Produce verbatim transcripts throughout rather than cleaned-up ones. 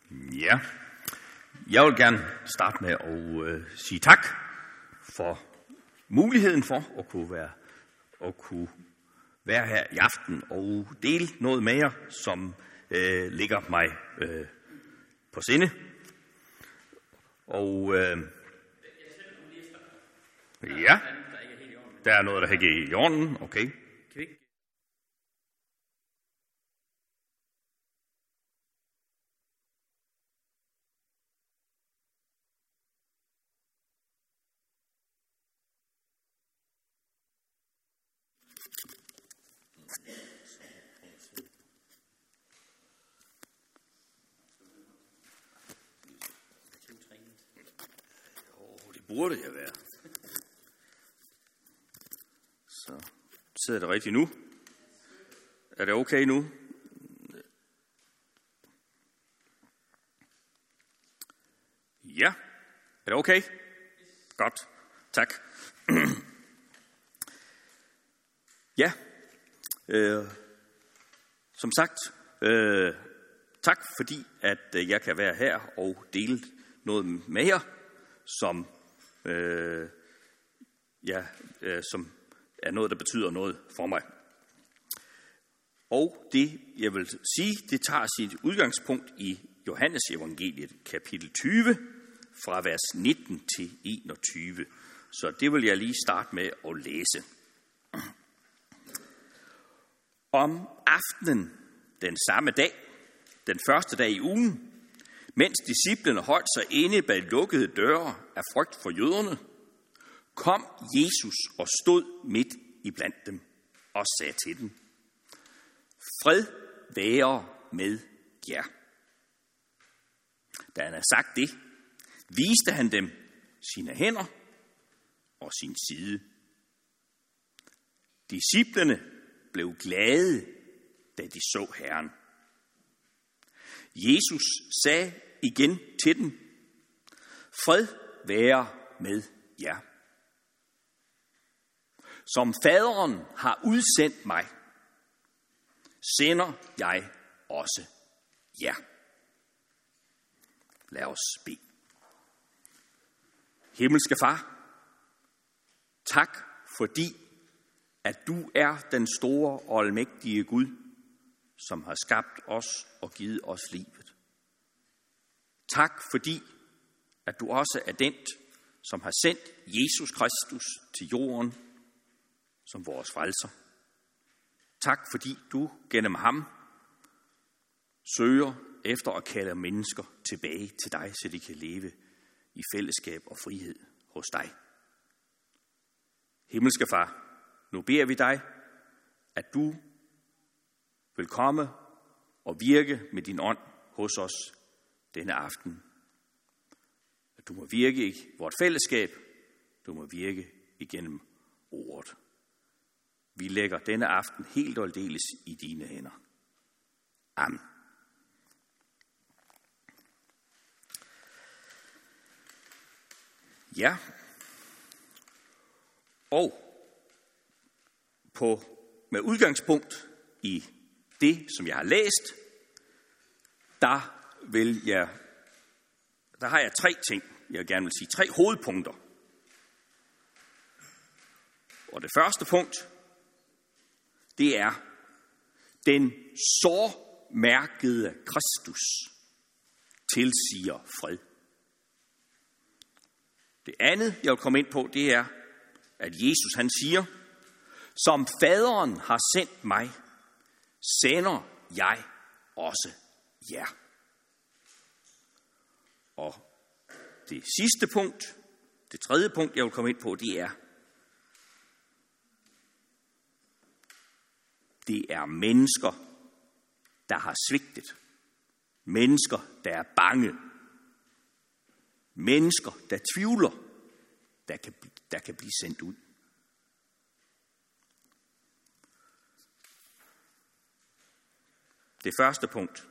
Ja, jeg vil gerne starte med at øh, sige tak for muligheden for at kunne være, at kunne være her i aften og dele noget med jer, som øh, ligger mig øh, på sinde. Og øh, ja, der er noget, der ikke er i orden, okay. Burde jeg være. Så sidder det rigtigt nu? Er det okay nu? Ja. Er det okay? Godt. Tak. Ja. Øh, som sagt, øh, tak fordi at jeg kan være her og dele noget med jer, som Øh, ja, øh, som er noget, der betyder noget for mig. Og det, jeg vil sige, det tager sit udgangspunkt i Johannes evangeliet, kapitel tyve, fra vers nitten til enogtyve. Så det vil jeg lige starte med at læse. Om aftenen den samme dag, den første dag i ugen, mens disciplene holdt sig inde bag lukkede døre af frygt for jøderne, kom Jesus og stod midt iblandt dem og sagde til dem: Fred være med jer. Da han havde sagt det, viste han dem sine hænder og sin side. Disciplene blev glade, da de så Herren. Jesus sagde igen til dem: Fred være med jer. Som faderen har udsendt mig, sender jeg også jer. Lad os bede. Himmelske Far, tak fordi, at du er den store og almægtige Gud, som har skabt os og givet os livet. Tak fordi, at du også er den, som har sendt Jesus Kristus til jorden som vores frelser. Tak fordi du gennem ham søger efter at kalde mennesker tilbage til dig, så de kan leve i fællesskab og frihed hos dig. Himmelske Far, nu beder vi dig, at du vil komme og virke med din ånd hos os denne aften. At du må virke i vort fællesskab, du må virke igennem ordet. Vi lægger denne aften helt og aldeles i dine hænder. Amen. Ja, og på, med udgangspunkt i det, som jeg har læst, der vil jeg, der har jeg tre ting, jeg gerne vil sige, tre hovedpunkter. Og det første punkt, det er den sårmærkede Kristus tilsiger fred. Det andet, jeg vil komme ind på, det er, at Jesus han siger: Som faderen har sendt mig, sender jeg også jer. Og det sidste punkt, det tredje punkt, jeg vil komme ind på, det er, det er mennesker, der har svigtet. Mennesker, der er bange. Mennesker, der tvivler, der kan, der kan blive sendt ud. Det første punkt,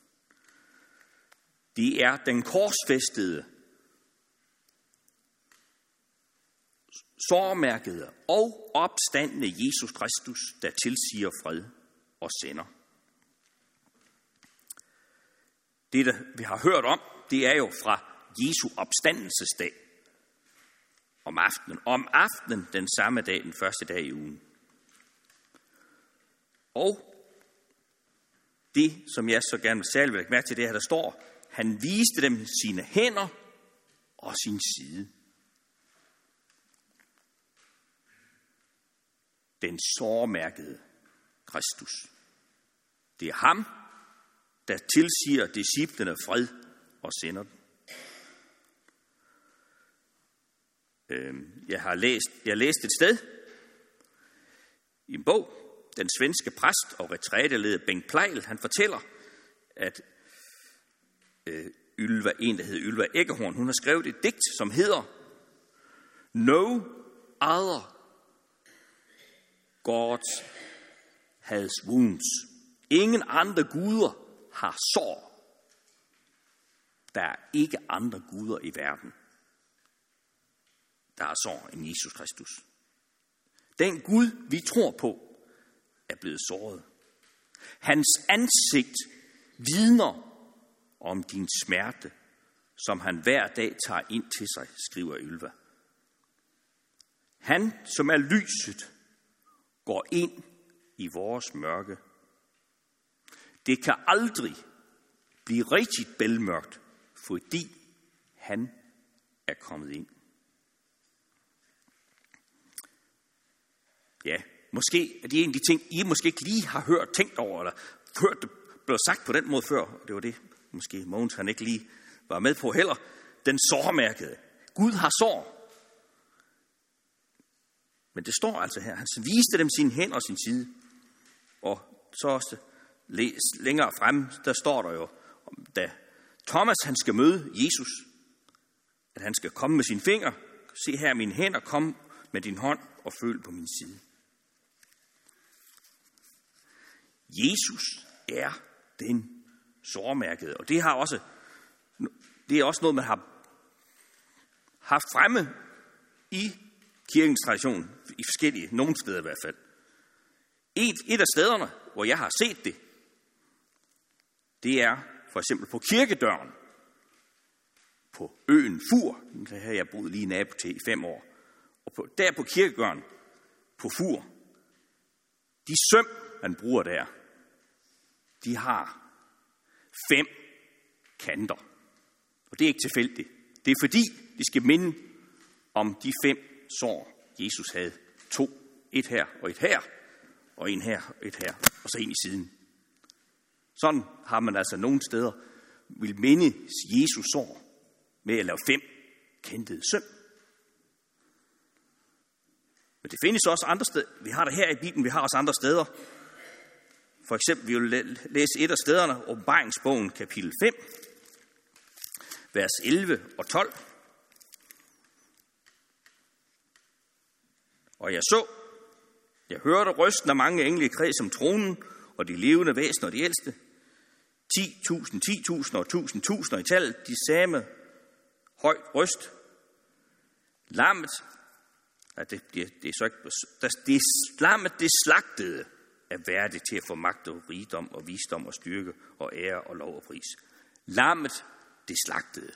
det er den korsfæstede, sårmærkede og opstandne Jesus Kristus, der tilsiger fred og sender. Det, der vi har hørt om, det er jo fra Jesu opstandelsesdag om aftenen. Om aftenen den samme dag, den første dag i ugen. Og det, som jeg så gerne vil særligt lægge mærke til, det her, der står, han viste dem sine hænder og sin side. Den sårmærkede Kristus. Det er ham, der tilsiger disciplene fred og sender dem. Jeg har læst, jeg har læst et sted i en bog, den svenske præst og retræteleder Bengt Pleil, han fortæller, at øh, Ylva, en, der hedder Ylva Eggehorn, hun har skrevet et digt, som hedder No other gods has wounds. Ingen andre guder har sår. Der er ikke andre guder i verden, der er sår end Jesus Kristus. Den Gud, vi tror på, er blevet såret. Hans ansigt vidner om din smerte, som han hver dag tager ind til sig, skriver Ylva. Han, som er lyset, går ind i vores mørke. Det kan aldrig blive rigtig bælmørkt, fordi han er kommet ind. Ja, måske er det en af de ting, I måske ikke lige har hørt, tænkt over, eller hørt det blev sagt på den måde før. Det var det, måske Mogens han ikke lige var med på heller. Den sårmærkede. Gud har sår. Men det står altså her. Han viste dem sine hænder og sin side. Og så også længere frem, der står der jo, da Thomas han skal møde Jesus, at han skal komme med sine fingre. Se her mine hænder, kom med din hånd og føl på min side. Jesus er den sårmærkede, og det har også det er også noget man har haft fremme i kirkens tradition i forskellige, nogle steder i hvert fald. Et, et af stederne, hvor jeg har set det, det er for eksempel på kirkedøren på øen Fur. Der har jeg boet lige nabo til i fem år. Og på, der på kirkegården på Fur, de søm, man bruger der, de har fem kanter. Og det er ikke tilfældigt. Det er fordi, de skal minde om de fem sår, Jesus havde. To. Et her og et her, og en her og et her, og så en i siden. Sådan har man altså nogle steder vil minde Jesus sår med at lave fem kantede søm. Men det findes også andre steder. Vi har det her i Bibelen, vi har også andre steder. For eksempel, vi vil læse et af stederne, Åbenbaringsbogen, kapitel fem, vers elleve og tolv. Og jeg så, jeg hørte røsten af mange engle i kreds om tronen, og de levende væsener og de ældste. ti tusind, ti tusind og tusind tusinder i tallet, de sagde med høj røst. Lammet, ja, det, det, det er så ikke, det lammet, det slagtede, er værdigt til at få magt og rigdom og visdom og styrke og ære og lov og pris. Lammet, det slagtede.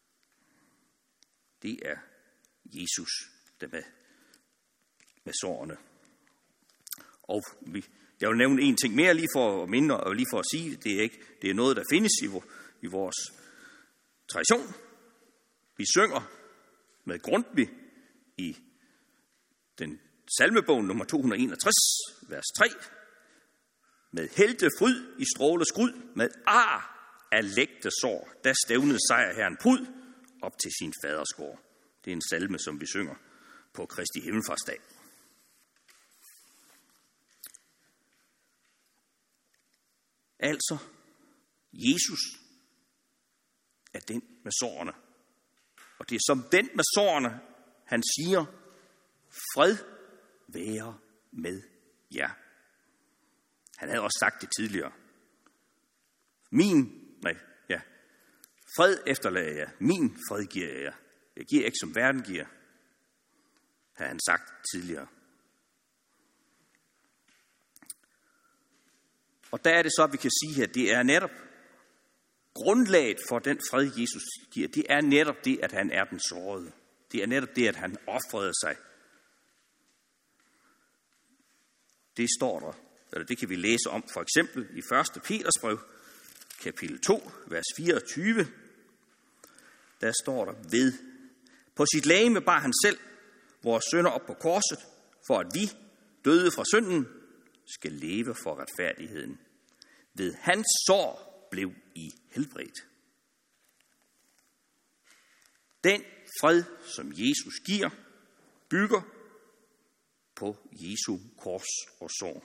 Det er Jesus, der med, med sårene. Og vi, jeg vil nævne en ting mere lige for at minde og lige for at sige, det er ikke, det er noget, der findes i, i vores tradition. Vi synger med Grundtvig i den salmebogen nummer to hundrede og enogtres, vers tre. Med helte fryd i stråle skrud, med ar af lægte sår, der stævnede sejrherren prud op til sin faders gård. Det er en salme, som vi synger på Kristi himmelfartsdag. Altså, Jesus er den med sårene. Og det er som den med sårene, han siger, fred være med jer. Han havde også sagt det tidligere. Min, nej, ja, fred efterlader jeg, min fred giver jeg. Jeg giver ikke som verden giver, havde han sagt tidligere. Og der er det så, at vi kan sige, at det er netop Grundlaget for den fred, Jesus giver, det er netop det, at han er den sårede. Det er netop det, at han ofrede sig. Det står der, eller det kan vi læse om for eksempel i første Peters brev, kapitel to, vers fireogtyve. Der står der ved, på sit legeme bar han selv vores synder op på korset, for at vi, døde fra synden, skal leve for retfærdigheden. Ved hans sår blev I helbredt. Den fred, som Jesus giver, bygger på Jesu kors og sår.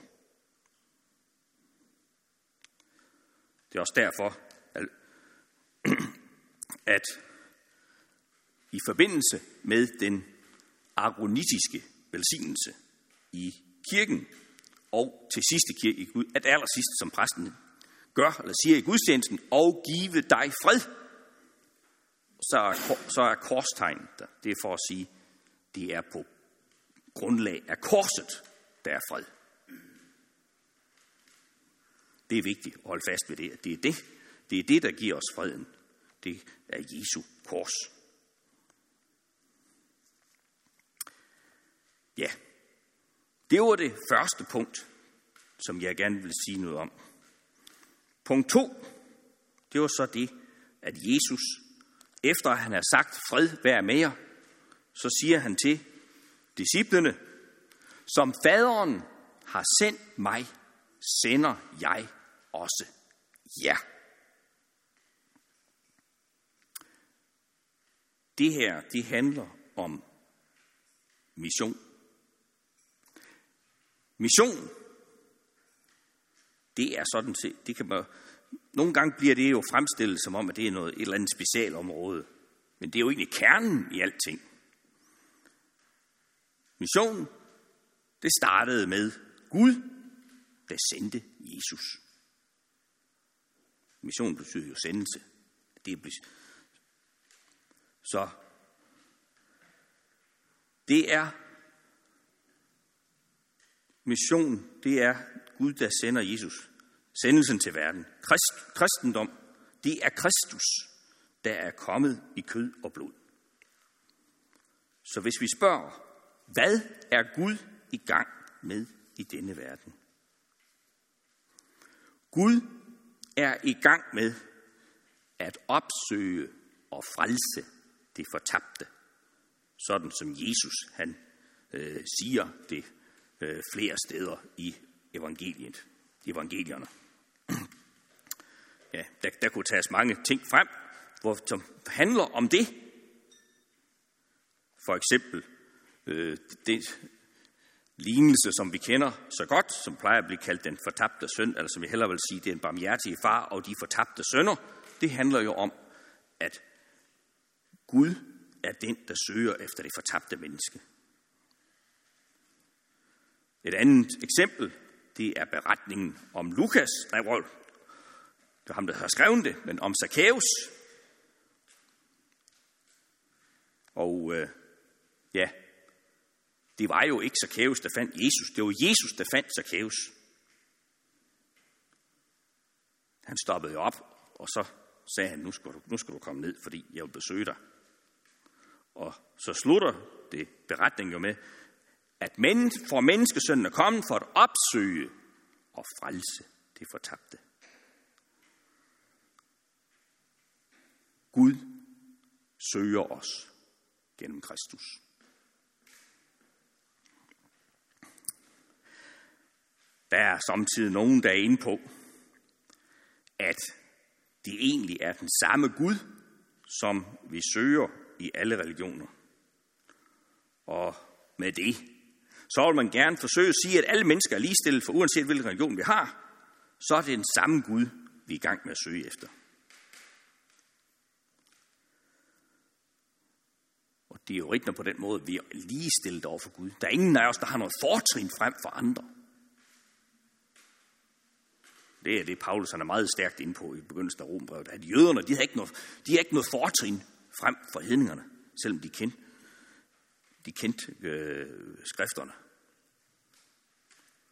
Det er også derfor, at i forbindelse med den aronitiske velsignelse i kirken og til sidste kirke i Gud, at allersidst, som præsten gør eller siger i gudstjenesten, og give dig fred, så er, så er korstegnet der. Det er for at sige, det er på grundlag af korset, der er fred. Det er vigtigt at holde fast ved det, at det er det, det er det, der giver os freden. Det er Jesu kors. Ja, det var det første punkt, som jeg gerne vil sige noget om. Punkt to, det var så det, at Jesus, efter at han har sagt fred vær med jer, så siger han til disciplene, som faderen har sendt mig, sender jeg også jer. Det her, det handler om mission. Mission, det er sådan set, det kan man, nogle gange bliver det jo fremstillet som om, at det er noget, et eller andet specialområde. Men det er jo egentlig kernen i alting. Mission, det startede med Gud, der sendte Jesus. Mission betyder jo sendelse. Det er så det er mission, det er Gud, der sender Jesus. Sendelsen til verden. Christ, kristendom, det er Kristus, der er kommet i kød og blod. Så hvis vi spørger, hvad er Gud i gang med i denne verden? Gud er i gang med at opsøge og frelse det fortabte. Sådan som Jesus han øh, siger det øh, flere steder i evangeliet, evangelierne. Ja, der, der kunne tages mange ting frem, hvor, som handler om det. For eksempel øh, det lignelse, som vi kender så godt, som plejer at blive kaldt den fortabte søn, eller som jeg hellere vil sige, det er en barmhjertige far og de fortabte sønner. Det handler jo om, at Gud er den, der søger efter det fortabte menneske. Et andet eksempel, det er beretningen om Lukas, nej, det er ham, der har skrevet det, men om Zakæus. Og øh, ja, det var jo ikke Zakæus, der fandt Jesus. Det var Jesus, der fandt Zakæus. Han stoppede jo op, og så sagde han, nu skal du, nu skal du komme ned, fordi jeg vil besøge dig. Og så slutter det beretningen jo med, at men, for menneskesønnen er kommet for at opsøge og frelse det fortabte. Gud søger os gennem Kristus. Der er samtidig nogen, der er inde på, at det egentlig er den samme Gud, som vi søger i alle religioner. Og med det, så vil man gerne forsøge at sige, at alle mennesker er ligestillet, for uanset hvilken religion vi har, så er det den samme Gud, vi er i gang med at søge efter. Og det er jo rigtigt på den måde, at vi er ligestillet over for Gud. Der er ingen af os, der har noget fortrin frem for andre. Det er det, Paulus han er meget stærkt inde på i begyndelsen af Romerbrevet, at jøderne, de har ikke noget, de har ikke noget fortrin frem for hedningerne, selvom de kendte, de kendte øh, skrifterne.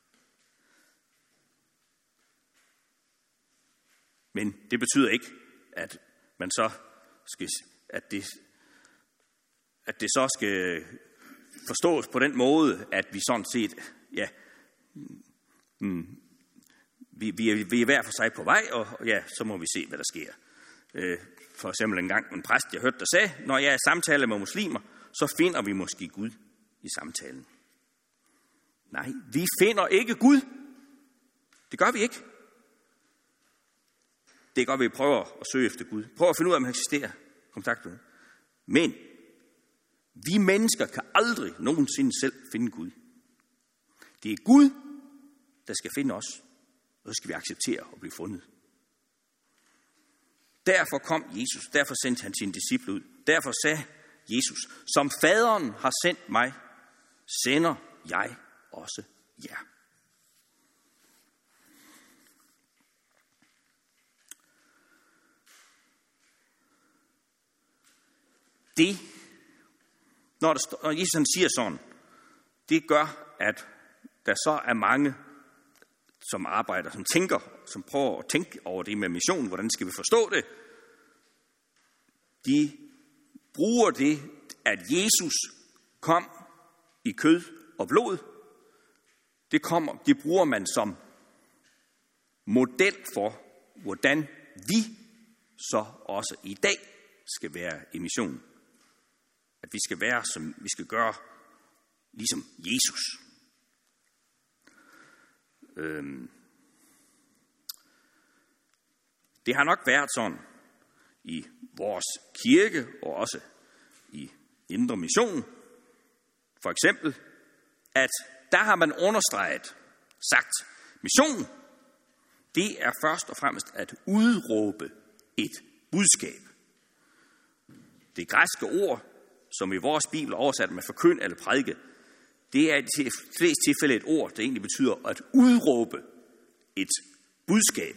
Men det betyder ikke, at man så skal, at det, at det så skal forstås på den måde, at vi sådan set, ja, mm, vi, vi, er, vi er hver for sig på vej, og ja, så må vi se, hvad der sker. Øh, for eksempel en gang en præst, jeg hørte, der sagde, når jeg er i samtale med muslimer, så finder vi måske Gud i samtalen. Nej, vi finder ikke Gud. Det gør vi ikke. Det gør vi prøver at søge efter Gud. Prøv at finde ud af, om han eksisterer. Kontakt med. Men vi mennesker kan aldrig nogensinde selv finde Gud. Det er Gud, der skal finde os, og så skal vi acceptere at blive fundet. Derfor kom Jesus, derfor sendte han sine disciple ud. Derfor sagde Jesus, som faderen har sendt mig, sender jeg også jer. Det, når, der, når Jesus han siger sådan, det gør, at der så er mange, som arbejder, som tænker, som prøver at tænke over det med mission, hvordan skal vi forstå det? De bruger det, at Jesus kom i kød og blod. Det, kommer, det bruger man som model for, hvordan vi så også i dag skal være i mission. At vi skal være, som vi skal gøre, ligesom Jesus. Øhm. Det har nok været sådan i vores kirke og også i Indre Mission, for eksempel, at der har man understreget, sagt, mission, det er først og fremmest at udråbe et budskab. Det græske ord, som i vores bibel er oversat med forkynd eller prædike, det er i de fleste tilfælde et ord, der egentlig betyder at udråbe et budskab.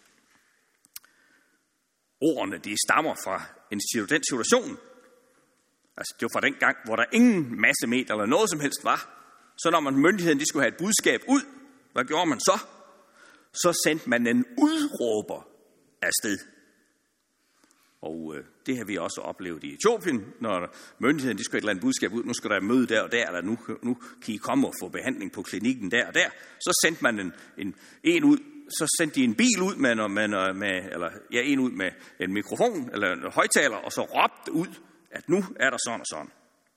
Ordene, de stammer fra en, den situation. Altså, det var fra den gang, hvor der ingen massemeter eller noget som helst var. Så når man myndigheden de skulle have et budskab ud, hvad gjorde man så? Så sendte man en udråber afsted. Og øh, det har vi også oplevet i Etiopien, når myndigheden de skulle have et eller andet budskab ud. Nu skal der møde der og der, eller nu, nu kan I komme og få behandling på klinikken der og der. Så sendte man en, en, en ud, så sendte de en bil ud med, med, med eller ja, en ud med en mikrofon eller en højtaler, og så råbte ud, at nu er der sådan og sådan.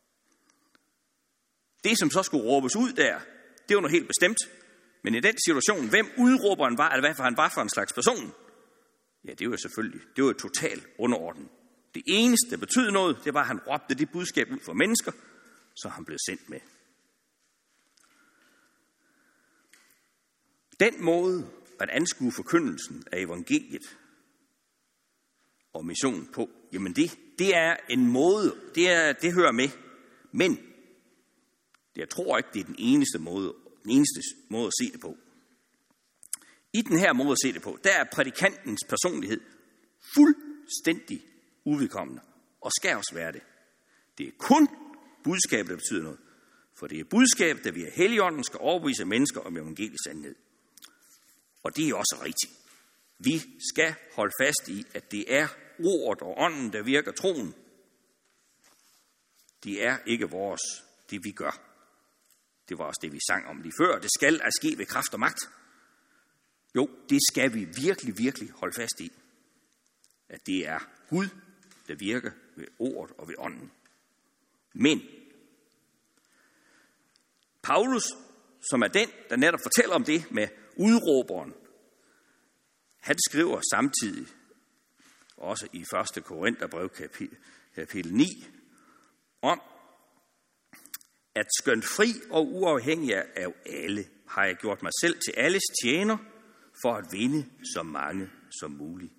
Det, som så skulle råbes ud der, det var noget helt bestemt. Men i den situation, hvem udråberen var, eller hvad for han var for en slags person, ja, det var jo selvfølgelig, det var jo totalt underordnet. Det eneste, der betød noget, det var, at han råbte det budskab ud for mennesker, så han blev sendt med. Den måde at anskue forkyndelsen af evangeliet og missionen på, jamen det, det er en måde, det, er, det hører med, men jeg tror ikke, det er den eneste måde, den eneste måde at se det på. I den her måde at se det på, der er prædikantens personlighed fuldstændig uvedkommende, og skal også være det. Det er kun budskabet, der betyder noget. For det er budskabet, der via Helligånden skal overbevise mennesker om evangeliets sandhed. Og det er også rigtigt. Vi skal holde fast i, at det er ordet og ånden, der virker troen. Det er ikke vores, det vi gør. Det var også det, vi sang om lige før. Det skal at ske ved kraft og magt. Jo, det skal vi virkelig, virkelig holde fast i. At det er Gud, der virker ved ordet og ved ånden. Men Paulus, som er den, der netop fortæller om det med udråberen, han skriver samtidig, også i første Korintherbrev kapitel ni, om, at skønt fri og uafhængig af alle, har jeg gjort mig selv til alles tjener, for at vinde så mange som muligt.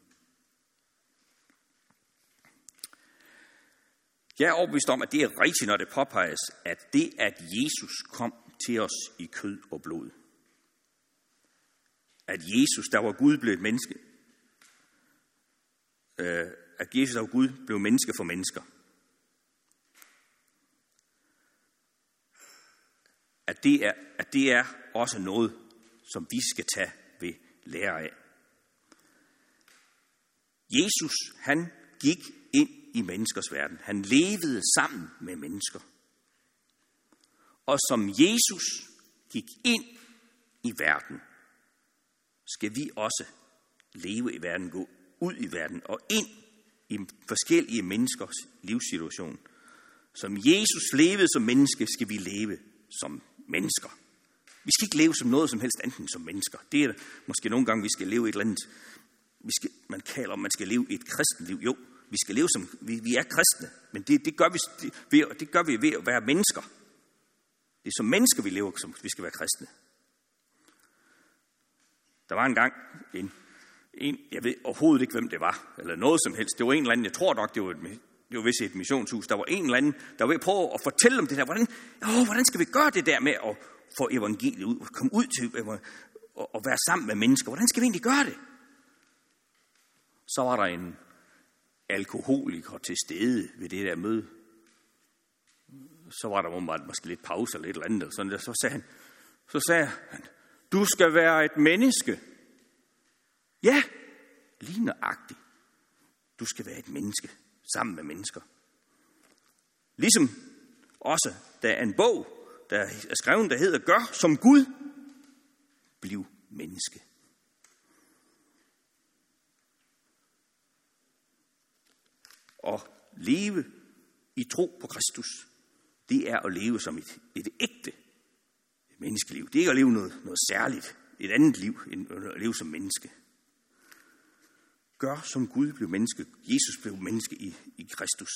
Jeg er overbevist om, at det er rigtigt, når det påpeges, at det, at Jesus kom til os i kød og blod, at Jesus, der var Gud, blev et menneske, at Jesus, der var Gud, blev menneske for mennesker, at det er, at det er også noget, som vi skal tage ved lære af. Jesus, han gik ind i menneskers verden. Han levede sammen med mennesker. Og som Jesus gik ind i verden, skal vi også leve i verden, gå ud i verden og ind i forskellige menneskers livssituation. Som Jesus levede som menneske, skal vi leve som mennesker. Vi skal ikke leve som noget som helst andet som mennesker. Det er måske nogle gange, vi skal leve et eller andet, vi skal, man kalder, man skal leve et kristenliv. Jo, vi skal leve som, vi, vi er kristne, men det, det, gør vi, det, det gør vi ved at være mennesker. Det er som mennesker, vi lever, som vi skal være kristne. Der var engang en, en, jeg ved overhovedet ikke, hvem det var, eller noget som helst. Det var en eller anden, jeg tror nok, det var et, det var vist et missionshus. Der var en eller anden, der var ved at prøve at fortælle om det der. Hvordan, åh, hvordan skal vi gøre det der med at få evangeliet ud, komme ud til at være sammen med mennesker? Hvordan skal vi egentlig gøre det? Så var der en alkoholiker til stede ved det der møde. Så var der måske lidt pause eller et eller andet. Eller sådan der. Så sagde han, så sagde han, du skal være et menneske. Ja, lige nøjagtigt. Du skal være et menneske sammen med mennesker. Ligesom også, der er en bog, der er skrevet, der hedder Gør som Gud. Bliv menneske. Og leve i tro på Kristus, det er at leve som et, et ægte menneskeliv. Det er ikke at leve noget, noget særligt, et andet liv, end at leve som menneske. Gør som Gud blev menneske. Jesus blev menneske i, i Kristus.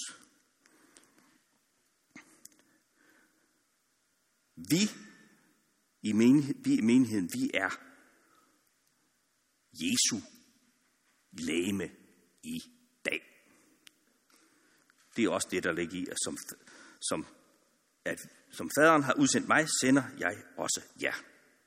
Vi i, menighed, vi i menigheden, vi er Jesu legeme i dag. Det er også det, der ligger i, at som, som, at som faderen har udsendt mig, sender jeg også jer.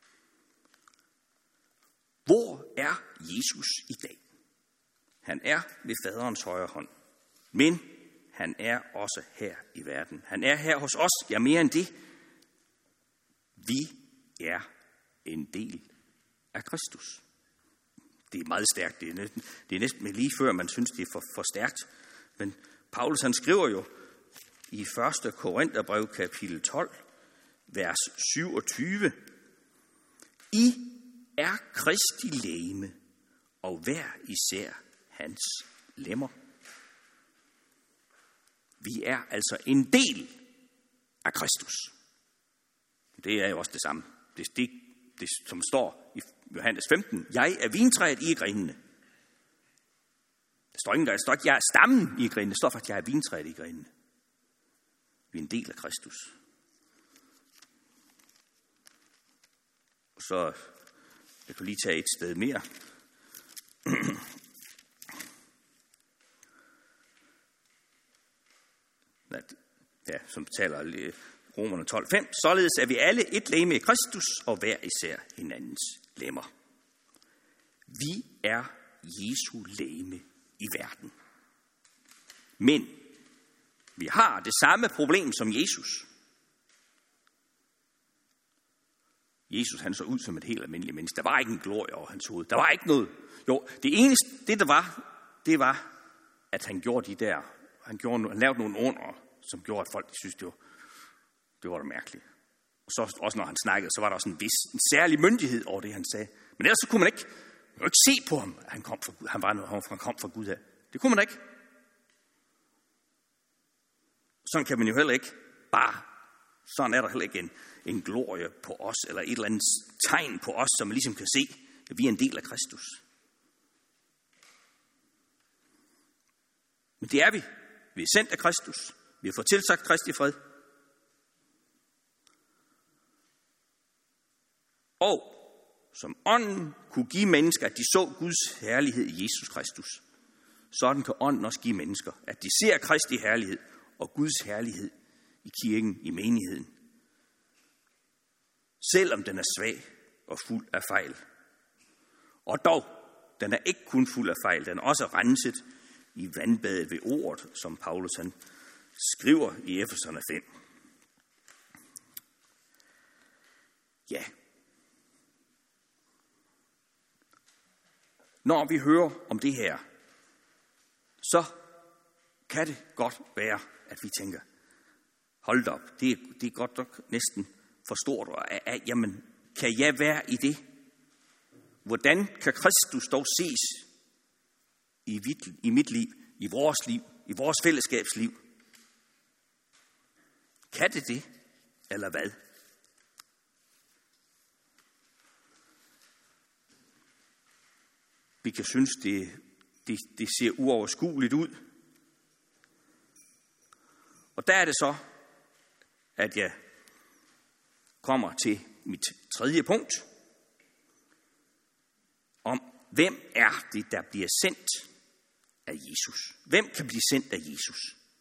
Hvor er Jesus i dag? Han er ved faderens højre hånd, men han er også her i verden. Han er her hos os, ja mere end det. Vi er en del af Kristus. Det er meget stærkt. Det er næsten, det er næsten lige før, man synes, det er for, for stærkt. Men Paulus han skriver jo i første Korintherbrev kapitel tolv, vers syvogtyve. I er Kristi legeme, og hver især hans lemmer. Vi er altså en del af Kristus. Det er jo også det samme. Det, det, det som står i Johannes femten. Jeg er vintræet, I er grenene. Der står ikke, der står ikke, jeg er stammen i grenene. Det står faktisk, jeg er vintræet i grenene. Vi er en del af Kristus. Og så, jeg kan lige tage et sted mere. Ja, som taler Romerne tolv fem. Således er vi alle et legeme i Kristus, og hver især hinandens lemmer. Vi er Jesu legeme i verden. Men vi har det samme problem som Jesus. Jesus han så ud som et helt almindeligt menneske. Der var ikke en glorie over hans hoved. Der var ikke noget. Jo, det eneste, det der var, det var, at han gjorde de der, han, gjorde, han lavede nogle under, som gjorde, at folk synes, det var, det var da mærkeligt. Og så også når han snakkede, så var der også en vis, en særlig myndighed over det, han sagde. Men ellers så kunne man ikke, man kunne ikke se på ham, at han kom fra Gud. Han var noget, han kom fra Gud af. Det kunne man ikke. Sådan kan man jo heller ikke bare, sådan er der heller ikke en, en glorie på os, eller et eller andet tegn på os, som man ligesom kan se, at vi er en del af Kristus. Men det er vi. Vi er sendt af Kristus. Vi har fået tilsagt Kristi fred. Og som ånden kunne give mennesker, at de så Guds herlighed i Jesus Kristus, sådan kan ånden også give mennesker, at de ser Kristi herlighed og Guds herlighed i kirken, i menigheden. Selvom den er svag og fuld af fejl. Og dog, den er ikke kun fuld af fejl, den er også renset i vandbadet ved ordet, som Paulus han skriver i Efeserne fem. Ja. Når vi hører om det her, så kan det godt være, at vi tænker, hold da op, det er, det er godt nok næsten for stort. Og, jamen, kan jeg være i det? Hvordan kan Kristus dog ses i mit, i mit liv, i vores liv, i vores fællesskabsliv? Kan det det, eller hvad? Vi kan synes, det, det, det ser uoverskueligt ud. Og der er det så, at jeg kommer til mit tredje punkt, om hvem er det, der bliver sendt af Jesus? Hvem kan blive sendt af Jesus?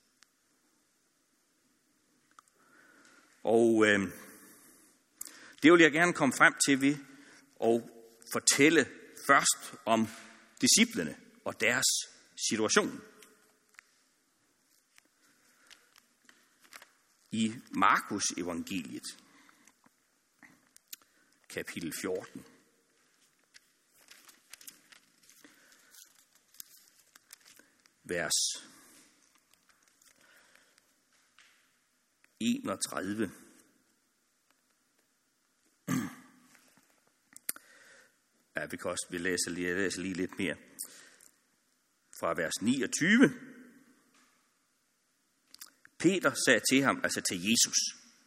Og øh, det vil jeg gerne komme frem til ved at fortælle først om disciplene og deres situation. I Markus evangeliet, kapitel fjorten. Vers enogtredive. Ja, vi kan også vi læser lige, jeg læser lige lidt mere. Fra vers niogtyve. Peter sagde til ham, altså til Jesus,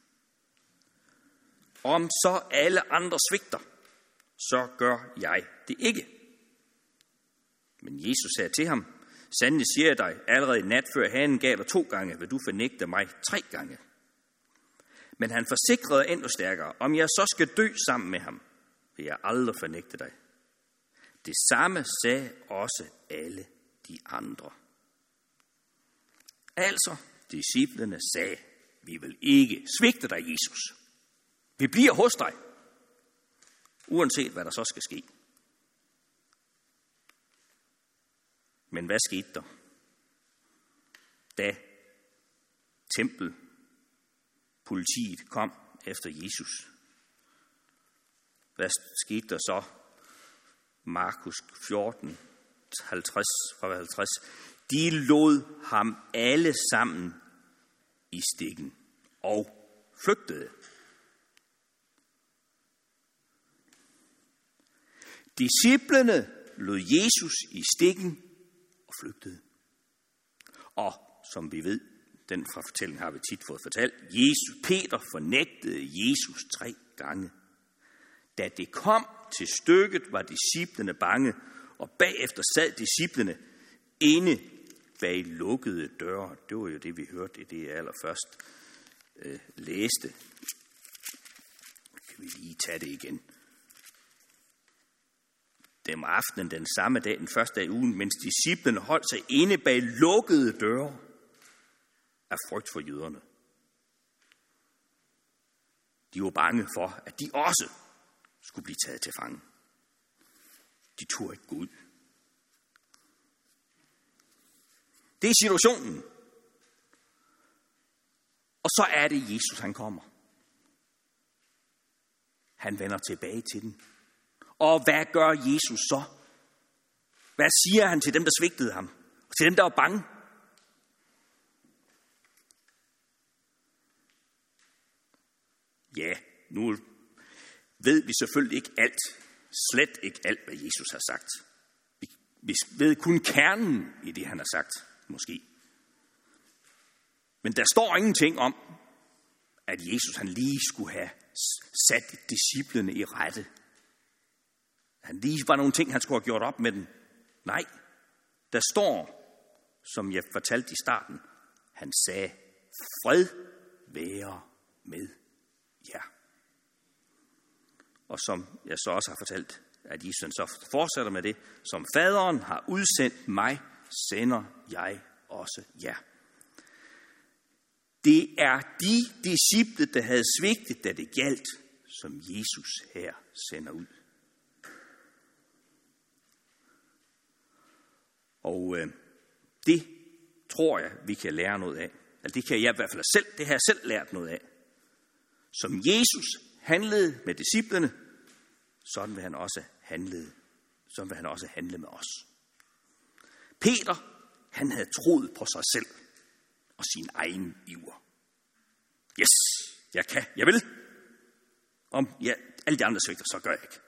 om så alle andre svigter, så gør jeg det ikke. Men Jesus sagde til ham, sandelig siger jeg dig, allerede i nat før hanen gav dig to gange, vil du fornægte mig tre gange. Men han forsikrede endnu stærkere, om jeg så skal dø sammen med ham, vil jeg aldrig fornægte dig. Det samme sagde også alle de andre. Altså, disciplene sagde, vi vil ikke svigte dig, Jesus. Vi bliver hos dig, uanset hvad der så skal ske. Men hvad skete der, da tempelpolitiet kom efter Jesus? Hvad skete der så? Markus fjorten, halvtreds fra halvtreds. De lod ham alle sammen i stikken og flygtede. Disciplene lod Jesus i stikken og flygtede. Og som vi ved, den fra fortællingen har vi tit fået fortalt, Jesus, Peter fornægtede Jesus tre gange. Da det kom til stykket, var disciplene bange, og bagefter sad disciplene inde bag lukkede døre. Det var jo det, vi hørte i det, jeg allerførst øh, læste. Kan vi lige tage det igen. Dem aftenen den samme dag, den første dag i ugen, mens disciplene holdt sig inde bag lukkede døre af frygt for jøderne. De var bange for, at de også skulle blive taget til fange. De turde ikke gå ud. Det er situationen. Og så er det Jesus, han kommer. Han vender tilbage til den. Og hvad gør Jesus så? Hvad siger han til dem, der svigtede ham? Og til dem, der var bange? Ja, nu ved vi selvfølgelig ikke alt. Slet ikke alt, hvad Jesus har sagt. Vi ved kun kernen i det, han har sagt, måske. Men der står ingenting om, at Jesus han lige skulle have sat disciplene i rette. Han lige var nogle ting, han skulle have gjort op med dem. Nej, der står, som jeg fortalte i starten, han sagde, fred være med jer. Og som jeg så også har fortalt, at Jesus så fortsætter med det, som faderen har udsendt mig, sender jeg også jer. Det er de disciple, der havde svigtet, da det gjaldt, som Jesus her sender ud. Og øh, det tror jeg, vi kan lære noget af. Altså, det kan jeg i hvert fald selv, det har jeg selv lært noget af. Som Jesus handlede med disciplene, sådan vil han også handle, sådan vil han også handle med os. Peter Han havde troet på sig selv og sin egen iver. Yes, jeg kan, jeg vil. Om ja, alle de andre svigter, så gør jeg ikke.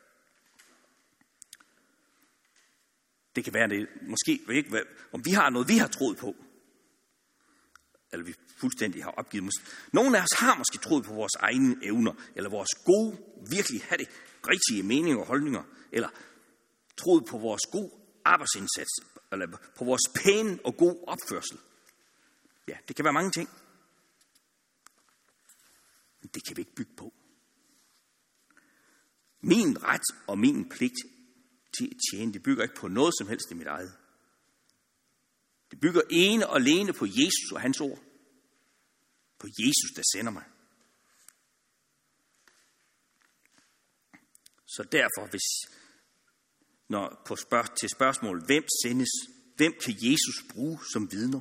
Det kan være, det måske ikke, om vi har noget, vi har troet på, eller vi fuldstændig har opgivet. Nogle af os har måske troet på vores egne evner, eller vores gode, virkelig have det rigtige meninger og holdninger, eller troet på vores gode arbejdsindsats, eller på vores pæne og gode opførsel. Ja, det kan være mange ting. Men det kan vi ikke bygge på. Min ret og min pligt til at tjene, det bygger ikke på noget som helst i mit eget. Det bygger ene og alene på Jesus og hans ord. På Jesus, der sender mig. Så derfor, hvis, når på spørg, til spørgsmål, hvem sendes, hvem kan Jesus bruge som vidner,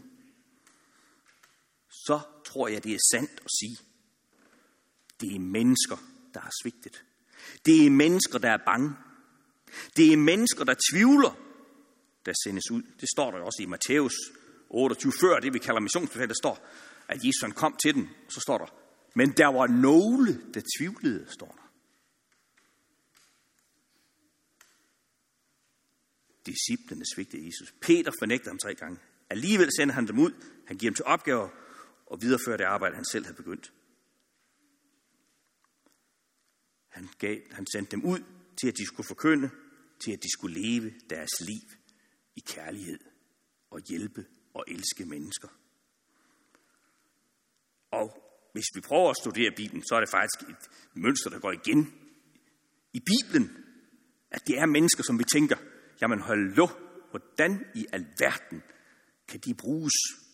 så tror jeg, det er sandt at sige, det er mennesker, der har svigtet. Det er mennesker, der er bange. Det er mennesker, der tvivler, der sendes ud. Det står der også i Matthæus otteogtyve, før det vi kalder missionsbefal, der står, at Jesus han kom til dem, og så står der, men der var nogle, der tvivlede, står der. Disciplene svigtede Jesus. Peter fornægtede ham tre gange. Alligevel sender han dem ud. Han giver dem til opgaver og viderefører det arbejde, han selv havde begyndt. Han, gav, han sendte dem ud til, at de skulle forkynde, til at de skulle leve deres liv i kærlighed og hjælpe og elske mennesker. Og hvis vi prøver at studere Bibelen, så er det faktisk et mønster, der går igen i Bibelen, at det er mennesker, som vi tænker, jamen hallo, hvordan i alverden kan de bruges?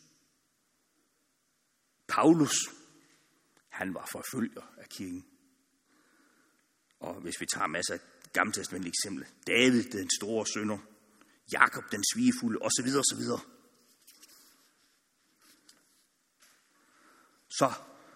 Paulus, han var forfølger af kirken. Og hvis vi tager masser af gammeltestamentlige eksempler, David, den store synder, Jakob, den svigefulde, osv. osv. Så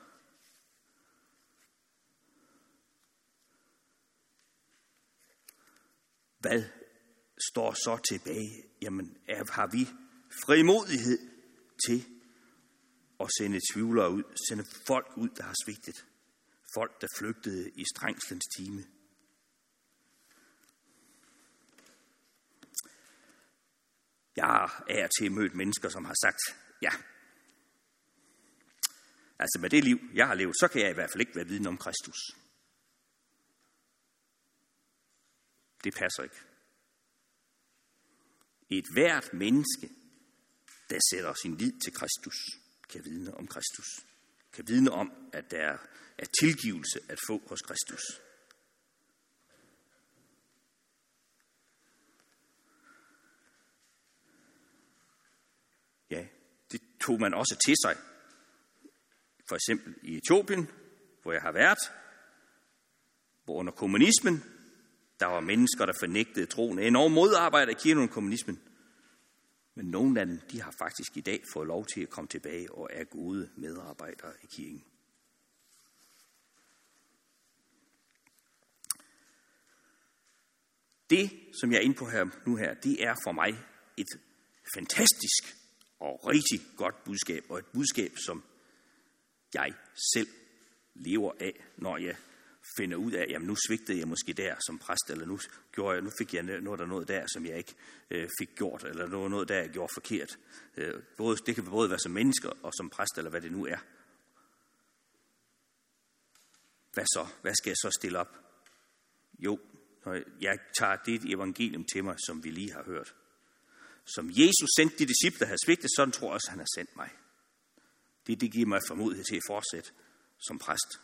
hvad står så tilbage? Jamen, er, har vi frimodighed til at sende tvivlere ud, sende folk ud, der har svigtet? Folk, der flygtede i strængslens time. Jeg har af og til mødt mennesker, som har sagt, ja, altså med det liv, jeg har levet, så kan jeg i hvert fald ikke være vidne om Kristus. Det passer ikke. Et hvert menneske, der sætter sin lid til Kristus, kan vidne om Kristus. Kan vidne om, at der er tilgivelse at få hos Kristus. Ja, det tog man også til sig. For eksempel i Etiopien, hvor jeg har været, hvor under kommunismen, der var mennesker, der fornægtede troen. Enormt modarbejder i kirken under kommunismen. Men nogle af dem, de har faktisk i dag fået lov til at komme tilbage og er gode medarbejdere i kirken. Det, som jeg er inde på her nu her, det er for mig et fantastisk og rigtig godt budskab, og et budskab, som jeg selv lever af, når jeg finder ud af, jamen nu svigtede jeg måske der som præst, eller nu, gjorde jeg, nu fik jeg noget der noget der, som jeg ikke øh, fik gjort, eller noget, noget der, jeg gjorde forkert. Øh, både, det kan både være som mennesker og som præst, eller hvad det nu er. Hvad så? Hvad skal jeg så stille op? Jo, når jeg tager det evangelium til mig, som vi lige har hørt. Som Jesus sendte de disciple, der havde svigtet, sådan tror jeg også, han har sendt mig. Det, det giver mig formodighed til at fortsætte som præst.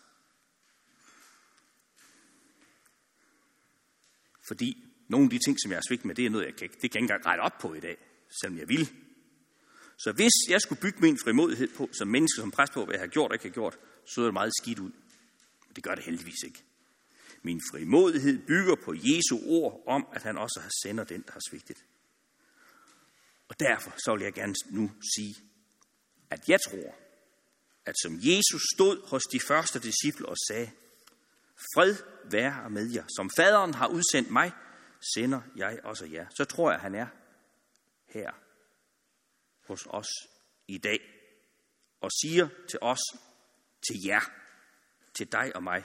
Fordi nogle af de ting, som jeg har svigtet med, det er noget, jeg kan, det kan jeg ikke engang rette op på i dag, selvom jeg vil. Så hvis jeg skulle bygge min frimodighed på, som menneske, som præst på, hvad jeg har gjort og ikke har gjort, så er det meget skidt ud. Men det gør det heldigvis ikke. Min frimodighed bygger på Jesu ord om, at han også har sender den, der har svigtet. Og derfor så vil jeg gerne nu sige, at jeg tror, at som Jesus stod hos de første disciple og sagde, fred være med jer. Som faderen har udsendt mig, sender jeg også jer. Så tror jeg, han er her hos os i dag og siger til os, til jer, til dig og mig.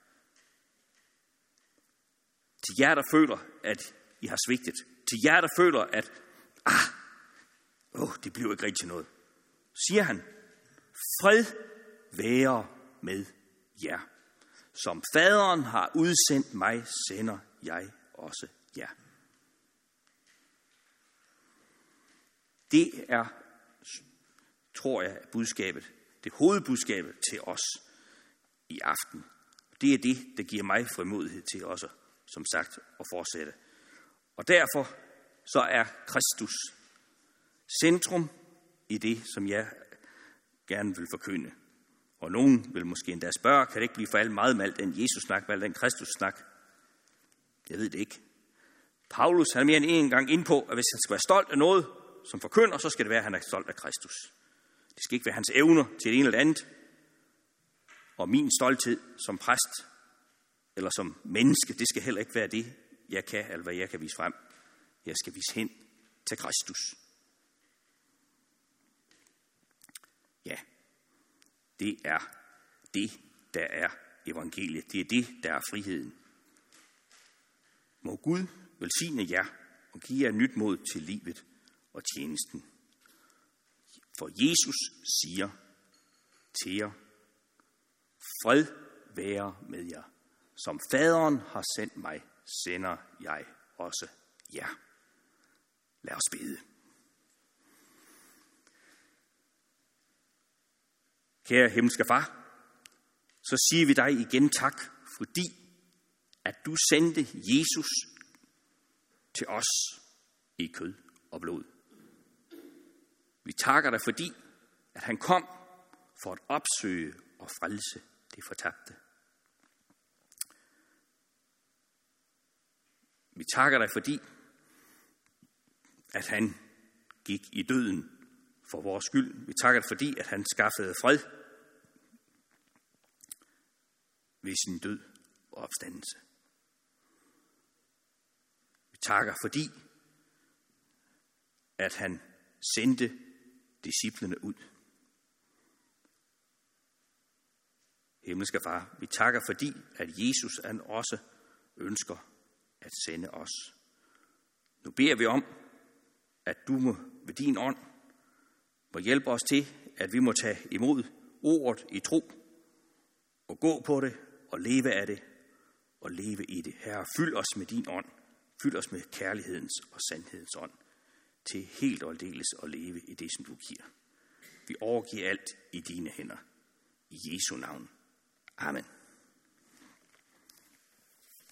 Til jer, der føler, at I har svigtet. Til jer, der føler, at ah, åh, det bliver ikke rigtig til noget. Siger han, fred være med jer. Som faderen har udsendt mig, sender jeg også jer. Det er, tror jeg, budskabet, det hovedbudskabet til os i aften. Det er det, der giver mig frimodighed til også, som sagt, at fortsætte. Og derfor så er Kristus centrum i det, som jeg gerne vil forkynde. Og nogen vil måske endda spørge, kan det ikke blive for alt meget med alt den Jesus-snak, med alt den Kristus-snak? Jeg ved det ikke. Paulus han er mere end en gang inde på, at hvis han skal være stolt af noget, som forkynder, så skal det være, at han er stolt af Kristus. Det skal ikke være hans evner til det ene eller andet. Og min stolthed som præst, eller som menneske, det skal heller ikke være det, jeg kan, eller hvad jeg kan vise frem. Jeg skal vise hen til Kristus. Ja, det er det, der er evangeliet. Det er det, der er friheden. Må Gud velsigne jer og give jer nyt mod til livet og tjenesten. For Jesus siger til jer, fred være med jer. Som faderen har sendt mig, sender jeg også jer. Lad os bede. Kære himmelske far, så siger vi dig igen tak, fordi at du sendte Jesus til os i kød og blod. Vi takker dig, fordi at han kom for at opsøge og frelse det fortabte. Vi takker dig, fordi at han gik i døden for vores skyld. Vi takker dig, fordi at han skaffede fred ved sin død og opstandelse. Vi takker, fordi at han sendte disciplene ud. Himmelske far, vi takker, fordi at Jesus han også ønsker at sende os. Nu beder vi om, at du må ved din ånd må hjælpe os til, at vi må tage imod ordet i tro og gå på det og leve af det og leve i det. Herre, fyld os med din ånd. Fyld os med kærlighedens og sandhedens ånd til helt og aldeles at leve i det, som du giver. Vi overgiver alt i dine hænder. I Jesu navn. Amen.